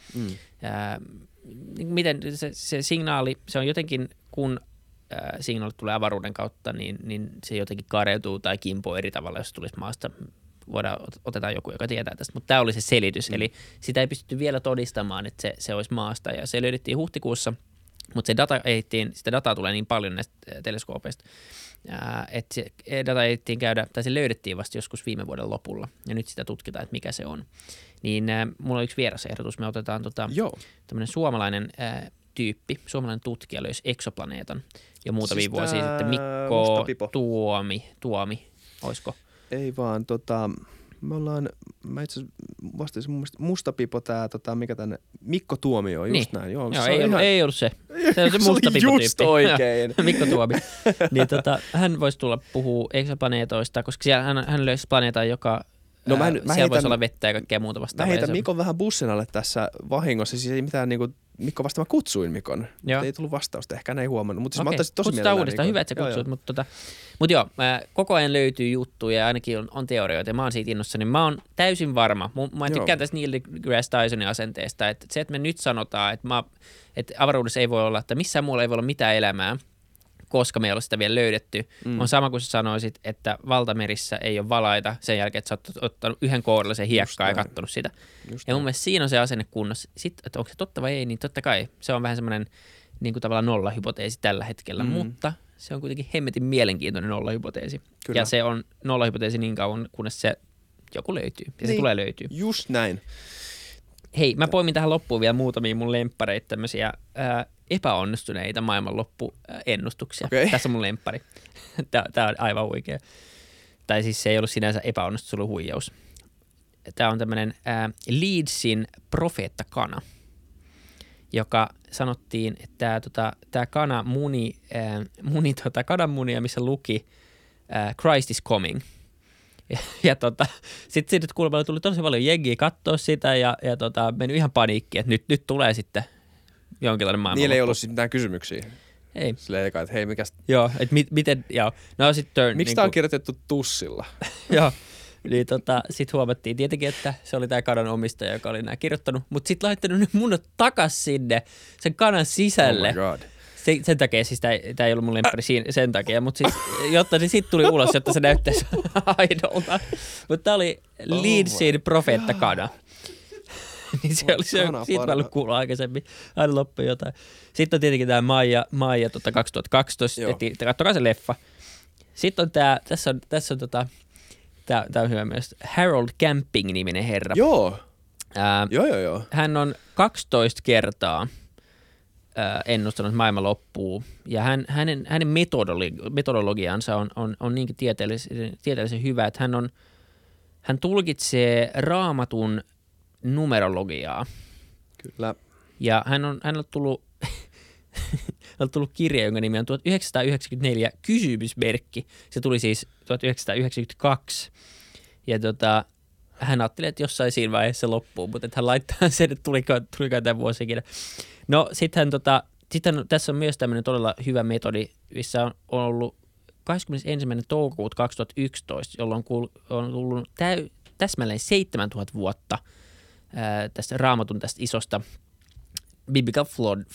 Miten se signaali, se on jotenkin, kun signaalit tulee avaruuden kautta, niin se jotenkin kareutuu tai kimpoo eri tavalla, jos tulisi maasta. Otetaan joku, joka tietää tästä, mutta tämä oli se selitys. Eli sitä ei pystytty vielä todistamaan, että se olisi maasta, ja se löydettiin huhtikuussa. Mutta sitä dataa tulee niin paljon näistä teleskoopeista, että se data ehdittiin käydä, tai se löydettiin vasta joskus viime vuoden lopulla, ja nyt sitä tutkitaan, että mikä se on. Niin mulla on yksi vierasehdotus, me otetaan tämmöinen suomalainen tyyppi, suomalainen tutkija löysi eksoplaneetan jo muutamia vuosia sitten, Mikko Tuomi, olisiko? Ei vaan, mä itse asiassa vastasin mun mielestä Mustapipo mikä tänne, Mikko Tuomio, just niin. näin. Joo, ei ollut se. Se on se Mustapipo-tyyppi. Just oikein. Mikko Tuomi. Niin hän voisi tulla puhua eksoplaneetoista, koska siellä hän löysi planeetan, joka siellä voisi olla vettä ja kaikkea muuta vastaavaa. Mä heitän Mikon vähän bussin alle tässä vahingossa, siis ei mitään niinku, Mikko vasta mä kutsuin Mikon, mutta ei tullut vastausta, ehkä ei huomannut. Mutta siis mä ottaisin tosi mielellään. Uudestaan, hyvä, että sä kutsuit, mutta koko ajan löytyy juttuja ja ainakin on teorioita ja mä oon siitä innossani. Mä oon täysin varma, mä tykkään tästä Neil deGrasse Tysonin asenteesta, että se, että me nyt sanotaan, että avaruudessa ei voi olla, että missään muualla ei voi olla mitään elämää koska me ei ole sitä vielä löydetty. On sama kuin sä sanoisit, että valtamerissä ei ole valaita sen jälkeen, että sä oot ottanut yhden kourallisen hiekkaa ja katsonut sitä. Ja mun mielestä siinä on se asenne kunnossa. Sitten, että onko se totta vai ei, niin totta kai se on vähän semmoinen niin kuin tavallaan nollahypoteesi tällä hetkellä, mutta se on kuitenkin hemmetin mielenkiintoinen nollahypoteesi. Kyllä. Ja se on nollahypoteesi niin kauan, kunnes se joku löytyy. Ja se tulee löytyy. Just näin. Hei, mä poimin tähän loppuun vielä muutamia mun lemppareita, tämmöisiä epäonnistuneita maailmanloppuennustuksia. Okay. Tässä on mun lemppari. Tää on aivan huikea. Tai siis se ei ollut sinänsä epäonnistus, se oli huijaus. Tää on tämmönen Leedsin profeettakana, joka sanottiin, että tää kana muni kananmunia, missä luki Christ is coming. Ja sitten kuulemma tuli tosi paljon jengiä katsoa sitä ja meni ihan paniikkiin, että nyt tulee sitten jonkinlainen maailmanloppu. Niillä ei ollut sitten mitään kysymyksiä. Ei. Silleen eka, että hei mikäs... Joo, että miten, joo. No sitten... Miksi tää on kirjoitettu tussilla? Joo, niin sitten huomattiin tietenkin, että se oli tää kanan omistaja, joka oli nää kirjoittanut, mutta sitten laittanut ne munat takas sinne sen kanan sisälle. Oh my god. Sen takia, siis tämä ei ollut mun lemppari sen takia, mutta siis, jotta se sitten tuli ulos, jotta se näyttäisi aidolta. Mutta tämä oli Leedsin profeettakana. Niin se oli se, siitä mä ollut kuulla aikaisemmin, aina loppui jotain. Sitten on tietenkin tämä Maija 2012, katsokaa se leffa. Sitten on tämä on hyvä myös, Harold Camping-niminen herra. Joo. Joo. Hän on 12 kertaa ennustanut maailman loppuu, ja hänen metodologiansa on niinkin tieteellisen hyvä, että hän tulkitsee Raamatun numerologiaa. Kyllä. Ja hän on tullut kirja, jonka nimi on 1994 kysymysmerkki. Se tuli siis 1992. Ja hän ajatteli, että jossain siinä vaiheessa loppuu, mutta että hän laittaa sen, että tulikaan tämän vuosikin. No sitten tässä on myös tämmöinen todella hyvä metodi, missä on ollut 21. toukokuuta 2011, jolloin on tullut täsmälleen 7000 vuotta tästä Raamatun tästä isosta biblical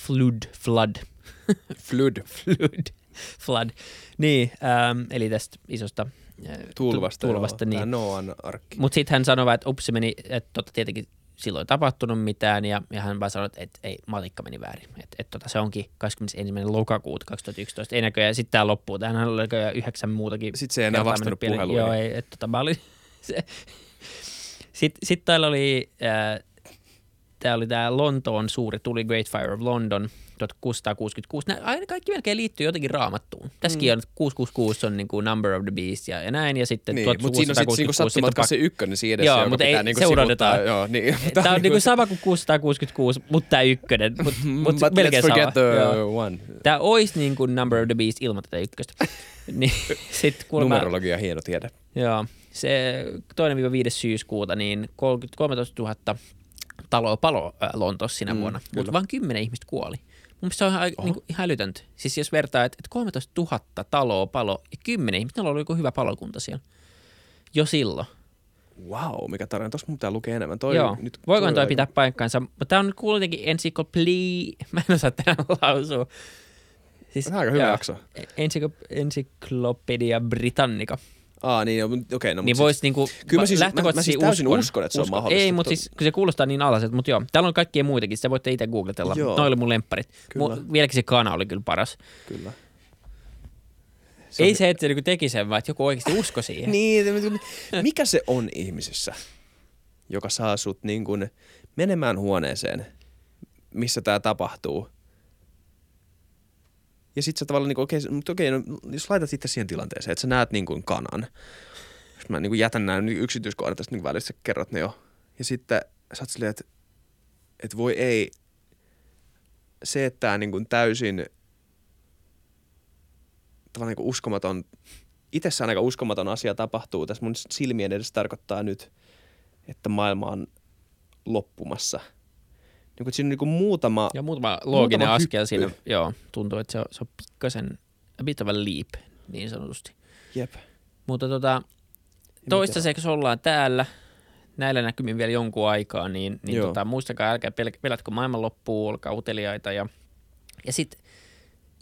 flood. Niin, eli tästä isosta tulvasta niin. Tämä Noan arkki. Mutta sitten hän sanoi, että se meni, että tietenkin silloin ei tapahtunut mitään, ja hän vaan sanoi, että ei, matikka meni väärin. Että se onkin 21. lokakuuta 2011. Ei näköjään, sitten tämä loppuu. Tähän oli näköjään 9 muutakin. Sitten se ei enää vastannut puheluihin. Joo, ei, mä olin se. Sitten täällä oli tämä Lontoon suuri tuli, Great Fire of London, 1666. Aina kaikki melkein liittyy jotenkin Raamattuun. Tässäkin on, että 666 on niin kuin number of the beast ja näin, ja sitten niin, 1666. Mutta siinä on sattumat kanssa se ykkönen siinä edessä, joo, mutta ei niin seurataan. Joo, niin. Tämä on niin kuin sama kuin 666, mutta tämä ykkönen. Mutta melkein sama. One. Tämä olisi niin kuin number of the beast ilman tätä ykköstä. Niin, numerologia on hieno tiedä. Joo, se 2-5. syyskuuta, niin 13 000 taloa palo Lontoossa sinä vuonna, mutta vain 10 ihmistä kuoli. Mun mielestä se on niin ihan älytöntä. Siis jos vertaa, että 13 000 taloa palo ja 10 ihmistä, ne oli joku hyvä palokunta siellä. Jo silloin. Wow, mikä tarina. Tuossa mun pitää lukea enemmän. Voikohan toi pitää paikkaansa? Mutta tämä on kuitenkin mä en osaa tänään lausua. Siis, aika hyvä jakso. Encyclopedia Britannica. Niin, okei. No, niin voisi niinku kyllä mä siis täysin uskon, että se on mahdollista. Ei, mutta siis, kun se kuulostaa niin alhaiselta, mutta joo. Täällä on kaikkia muitakin, sitä voitte itse googletella. Noi oli mun lempparit. Vieläkin se kana oli kyllä paras. Kyllä. Ei se, että se niinku teki sen, vaan että joku oikeasti usko siihen. Niin, mikä se on ihmisessä, joka saa sut niin kuin menemään huoneeseen, missä tää tapahtuu? Ja sit sä tavallaan okei, no, jos laitat itse siihen tilanteeseen, että sä näet niin kuin kanan. Jos mä niin kuin jätän nämä yksityiskohdat tästä niin välissä, kerrot ne jo. Ja sitten sä oot silleen, että voi ei, se, että tää niin kuin täysin tavallaan niin kuin uskomaton, itsessään aika uskomaton asia tapahtuu. Tässä mun silmien edessä tarkoittaa nyt, että maailma on loppumassa. Niin siinä on niin muutama looginen askel siinä, joo, tuntuu, että se on pikkasen, a bit of a leap, niin sanotusti. Jep. Mutta toistaiseksi ollaan täällä, näillä näkymin vielä jonkun aikaa, niin muistakaa, älkää pelätkö maailmanloppuun, olkaa uteliaita ja sitten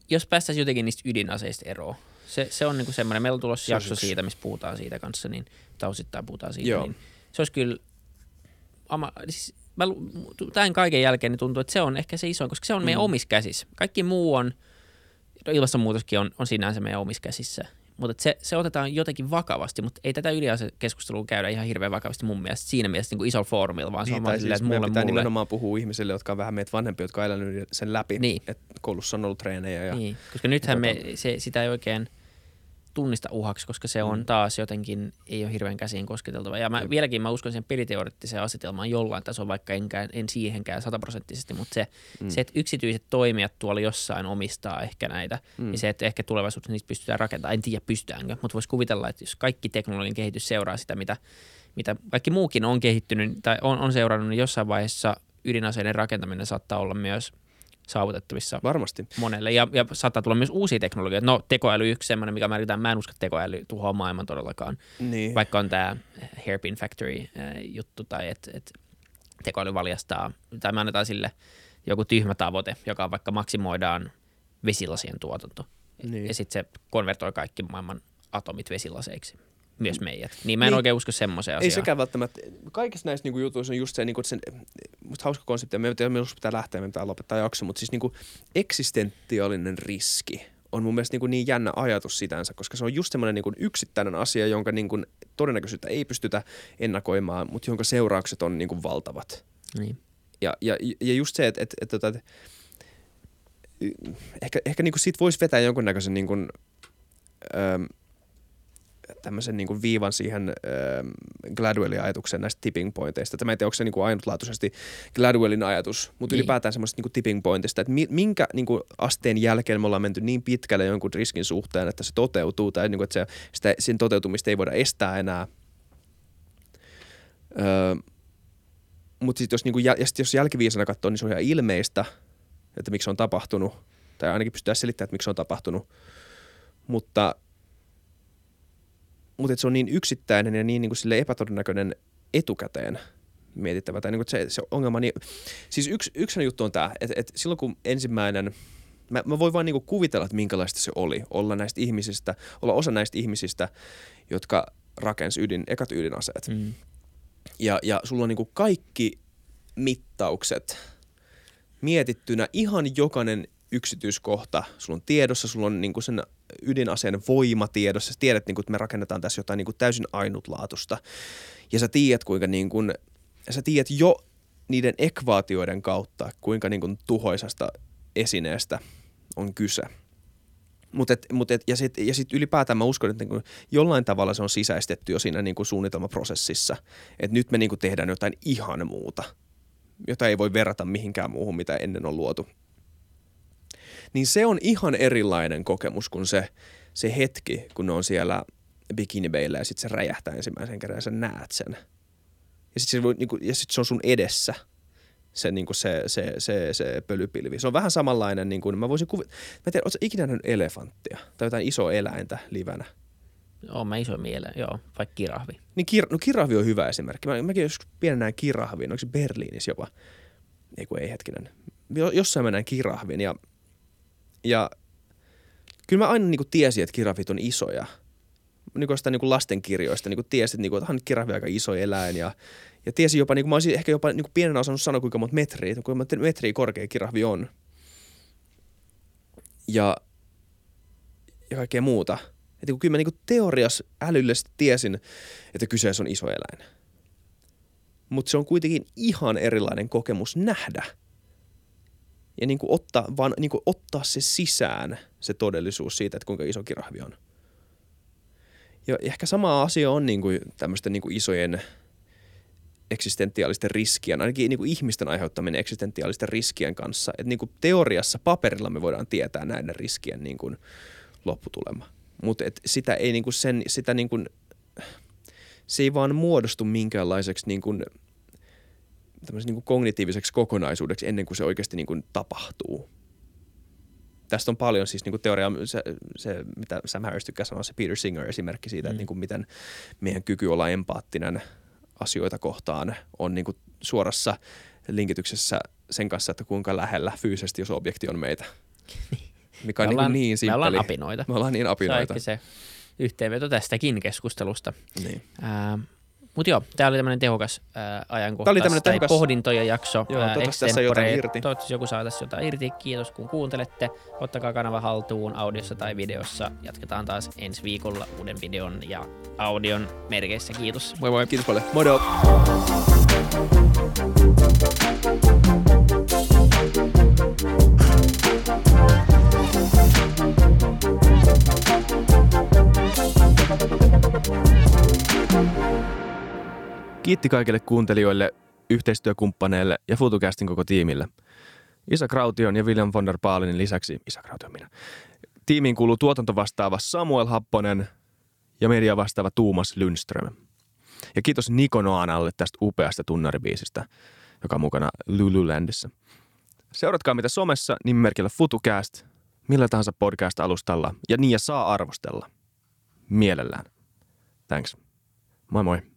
jos päästäisiin jotenkin niistä ydinaseista eroon, se on niinku semmoinen, meillä on tulossa jakso yksi. siitä, missä puhutaan siitä kanssa, niin tausittain puhutaan siitä, Joo. niin se olisi kyllä, siis tämän kaiken jälkeen niin tuntuu, että se on ehkä se isoin, koska se on meidän omissa käsissä. Kaikki muu on, ilmastonmuutoskin on sinänsä meidän omissa käsissä, mutta se otetaan jotenkin vakavasti, mutta ei tätä ydinasekeskustelua käydä ihan hirveän vakavasti mun mielestä siinä mielessä niin kuin isolla foorumilla, vaan se on vaan silleen, että meidän pitää mulle. nimenomaan puhua ihmisille, jotka on vähän meitä vanhempia, jotka on elänyt sen läpi, Niin. että koulussa on ollut treenejä. Ja, niin, koska nythän sitä ei oikein tunnista uhaksi, koska se on taas jotenkin, ei ole hirveän käsiin kosketeltava. Ja vieläkin mä uskon sen peliteoreettiseen asetelmaan jollain tasolla, vaikka en siihenkään 100%, mutta se, että yksityiset toimijat tuolla jossain omistaa ehkä näitä, ja se, että ehkä tulevaisuudessa niistä pystytään rakentamaan, en tiedä pystytäänkö, mutta voisi kuvitella, että jos kaikki teknologian kehitys seuraa sitä, mitä kaikki muukin on kehittynyt tai on seurannut, niin jossain vaiheessa ydinaseiden rakentaminen saattaa olla myös saavutettavissa varmasti monelle. Ja saattaa tulla myös uusia teknologioita. No, tekoäly yksi semmoinen, mikä määritään. Mä en usko, että tekoäly tuhoaa maailman todellakaan. Niin. Vaikka on tämä Hairpin Factory-juttu tai että tekoäly valjastaa, tai me annetaan sille joku tyhmä tavoite, joka vaikka maksimoidaan vesilasien tuotanto. Niin. Ja sitten se konvertoi kaikki maailman atomit vesilaseiksi. Myös meidät. Niin mä en oikein usko semmoiseen asiaan. Ei sekään välttämättä. Kaikissa näissä niinku jutuissa on just se, niinku, musta hauska konsepti, me pitää lähteä, me pitää lopettaa jakso, mutta siis niinku eksistentiaalinen riski on mun mielestä niin jännä ajatus sitänsä, koska se on just semmoinen niinku yksittäinen asia, jonka niinku todennäköisyyttä ei pystytä ennakoimaan, mutta jonka seuraukset on niinku valtavat. Niin. Ja just se, että ehkä niinku siitä voisi vetää jonkunnäköisen niinku, tämmöisen niin kuin viivan siihen Gladwellin ajatukseen näistä tipping pointeista. Mä en tiedä, onko se niin kuin ainutlaatuisesti Gladwellin ajatus, mutta ylipäätään semmoista niin kuin tipping pointista, että minkä niin kuin asteen jälkeen me ollaan menty niin pitkälle jonkun riskin suhteen, että se toteutuu tai niin kuin, että sen toteutumista ei voida estää enää. Mutta sitten jos, niin kuin, jos jälkiviisana katsoo, niin se on ihan ilmeistä, että miksi se on tapahtunut, tai ainakin pystytään selittämään, että miksi se on tapahtunut, mutta se on niin yksittäinen ja niin kuin sille epätodennäköinen etukäteen mietittävä. Tai niin kuin se ongelma, niin siis yksi juttu on tämä, että silloin kun ensimmäinen, mä voin vaan niin kuin kuvitella, että minkälaista se oli olla osa näistä ihmisistä, jotka rakensi ekat ydinaseet. Ja sulla on niin kuin kaikki mittaukset mietittynä, ihan jokainen yksityiskohta, sulla on tiedossa, sulla on niinku sen ydinaseen voima tiedossa, sä tiedät, niinku, että me rakennetaan tässä jotain niinku täysin ainutlaatusta. Ja sä tiedät, sä tiedät jo niiden ekvaatioiden kautta, kuinka niinku tuhoisasta esineestä on kyse. Ja sit ylipäätään mä uskon, että niinku jollain tavalla se on sisäistetty jo siinä niinku suunnitelmaprosessissa, että nyt me niinku tehdään jotain ihan muuta, jota ei voi verrata mihinkään muuhun, mitä ennen on luotu. Niin se on ihan erilainen kokemus kuin se hetki, kun ne on siellä Bikini Baylla ja sitten se räjähtää ensimmäisen kerran ja sä näet sen. Ja sitten se on sun edessä, se pölypilvi. Se on vähän samanlainen, niin kuin, mä tiedän, ootko ikinä nähnyt elefanttia tai jotain isoa eläintä livänä? Oon mä iso mieleen, joo, vaikka kirahvi. Niin kirahvi on hyvä esimerkki. Mäkin joskus pienen näin kirahvin, onko se Berliinissä jopa? Ei hetkinen. Jossain mä näin kirahvin ja kyllä mä aina niinku tiesin, että kirahvit on isoja. Niinku jostain niinku lastenkirjoista niinku tiesin, että onhan kirahvi aika iso eläin ja tiesin jopa, niinku mä olisin ehkä jopa niinku pienenä osannut sanoa, kuinka monta metriä korkea kirahvi on. Ja kaikkea muuta. Että kyllä mä niinku teoriassa älyllisesti tiesin, että kyseessä on iso eläin. Mutta se on kuitenkin ihan erilainen kokemus nähdä. Ja ottaa se sisään, se todellisuus siitä, että kuinka iso kirahvi on. Ja ehkä sama asia on tämmöisten isojen eksistentiaalisten riskien, ainakin ihmisten aiheuttaminen eksistentiaalisten riskien kanssa. Että teoriassa paperilla me voidaan tietää näiden riskien lopputulema. Mutta sitä ei se ei vaan muodostu minkäänlaiseksi kognitiiviseksi kokonaisuudeksi ennen kuin se oikeasti tapahtuu. Tästä on paljon siis teoriaa, se mitä Sam Harris tykkää sanoa, se Peter Singer esimerkki siitä, että miten meidän kyky olla empaattinen asioita kohtaan on suorassa linkityksessä sen kanssa, että kuinka lähellä fyysisesti, jos objekti on meitä. mikä on niin simppeli. Me ollaan apinoita. Me ollaan niin apinoita. Se on ehkä se yhteenveto tästäkin keskustelusta. Niin. Mutta joo, tämä oli tämmöinen tehokas ajankohtais tai pohdintojen jakso. Joo, toivottavasti tässä jotain irti. Toivottavasti joku saa tässä jotain irti. Kiitos kun kuuntelette. Ottakaa kanava haltuun audiossa tai videossa. Jatketaan taas ensi viikolla uuden videon ja audion merkeissä. Kiitos. Moi moi. Kiitos paljon. Modo. Kiitti kaikille kuuntelijoille, yhteistyökumppaneille ja FutuCastin koko tiimille. Isa Kraution ja William von der Baalinin lisäksi, Isa Kraution minä, tiimiin kuuluu tuotantovastaava Samuel Happonen ja media vastaava Tuumas Lundström. Ja kiitos Niko Noanalle tästä upeasta tunnaribiisistä, joka on mukana Lululandissa. Seuratkaa mitä somessa nimimerkillä FutuCast, millä tahansa podcast-alustalla ja saa arvostella. Mielellään. Thanks. Moi moi.